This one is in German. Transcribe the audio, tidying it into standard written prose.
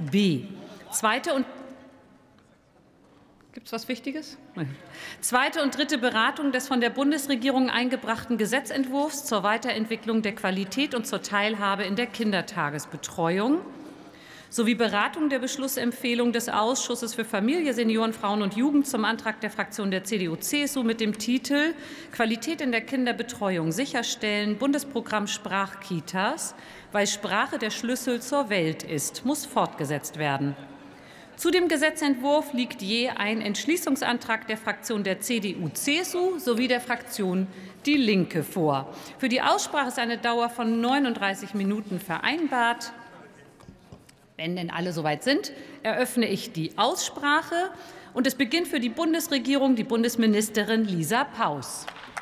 b. Gibt es was Wichtiges? Nein. Zweite und dritte Beratung des von der Bundesregierung eingebrachten Gesetzentwurfs zur Weiterentwicklung der Qualität und zur Teilhabe in der Kindertagesbetreuung sowie Beratung der Beschlussempfehlung des Ausschusses für Familie, Senioren, Frauen und Jugend zum Antrag der Fraktion der CDU/CSU mit dem Titel Qualität in der Kinderbetreuung sicherstellen, Bundesprogramm Sprachkitas, weil Sprache der Schlüssel zur Welt ist, muss fortgesetzt werden. Zu dem Gesetzentwurf liegt je ein Entschließungsantrag der Fraktion der CDU/CSU sowie der Fraktion Die Linke vor. Für die Aussprache ist eine Dauer von 39 Minuten vereinbart. Wenn denn alle soweit sind, eröffne ich die Aussprache. Und es beginnt für die Bundesregierung die Bundesministerin Lisa Paus.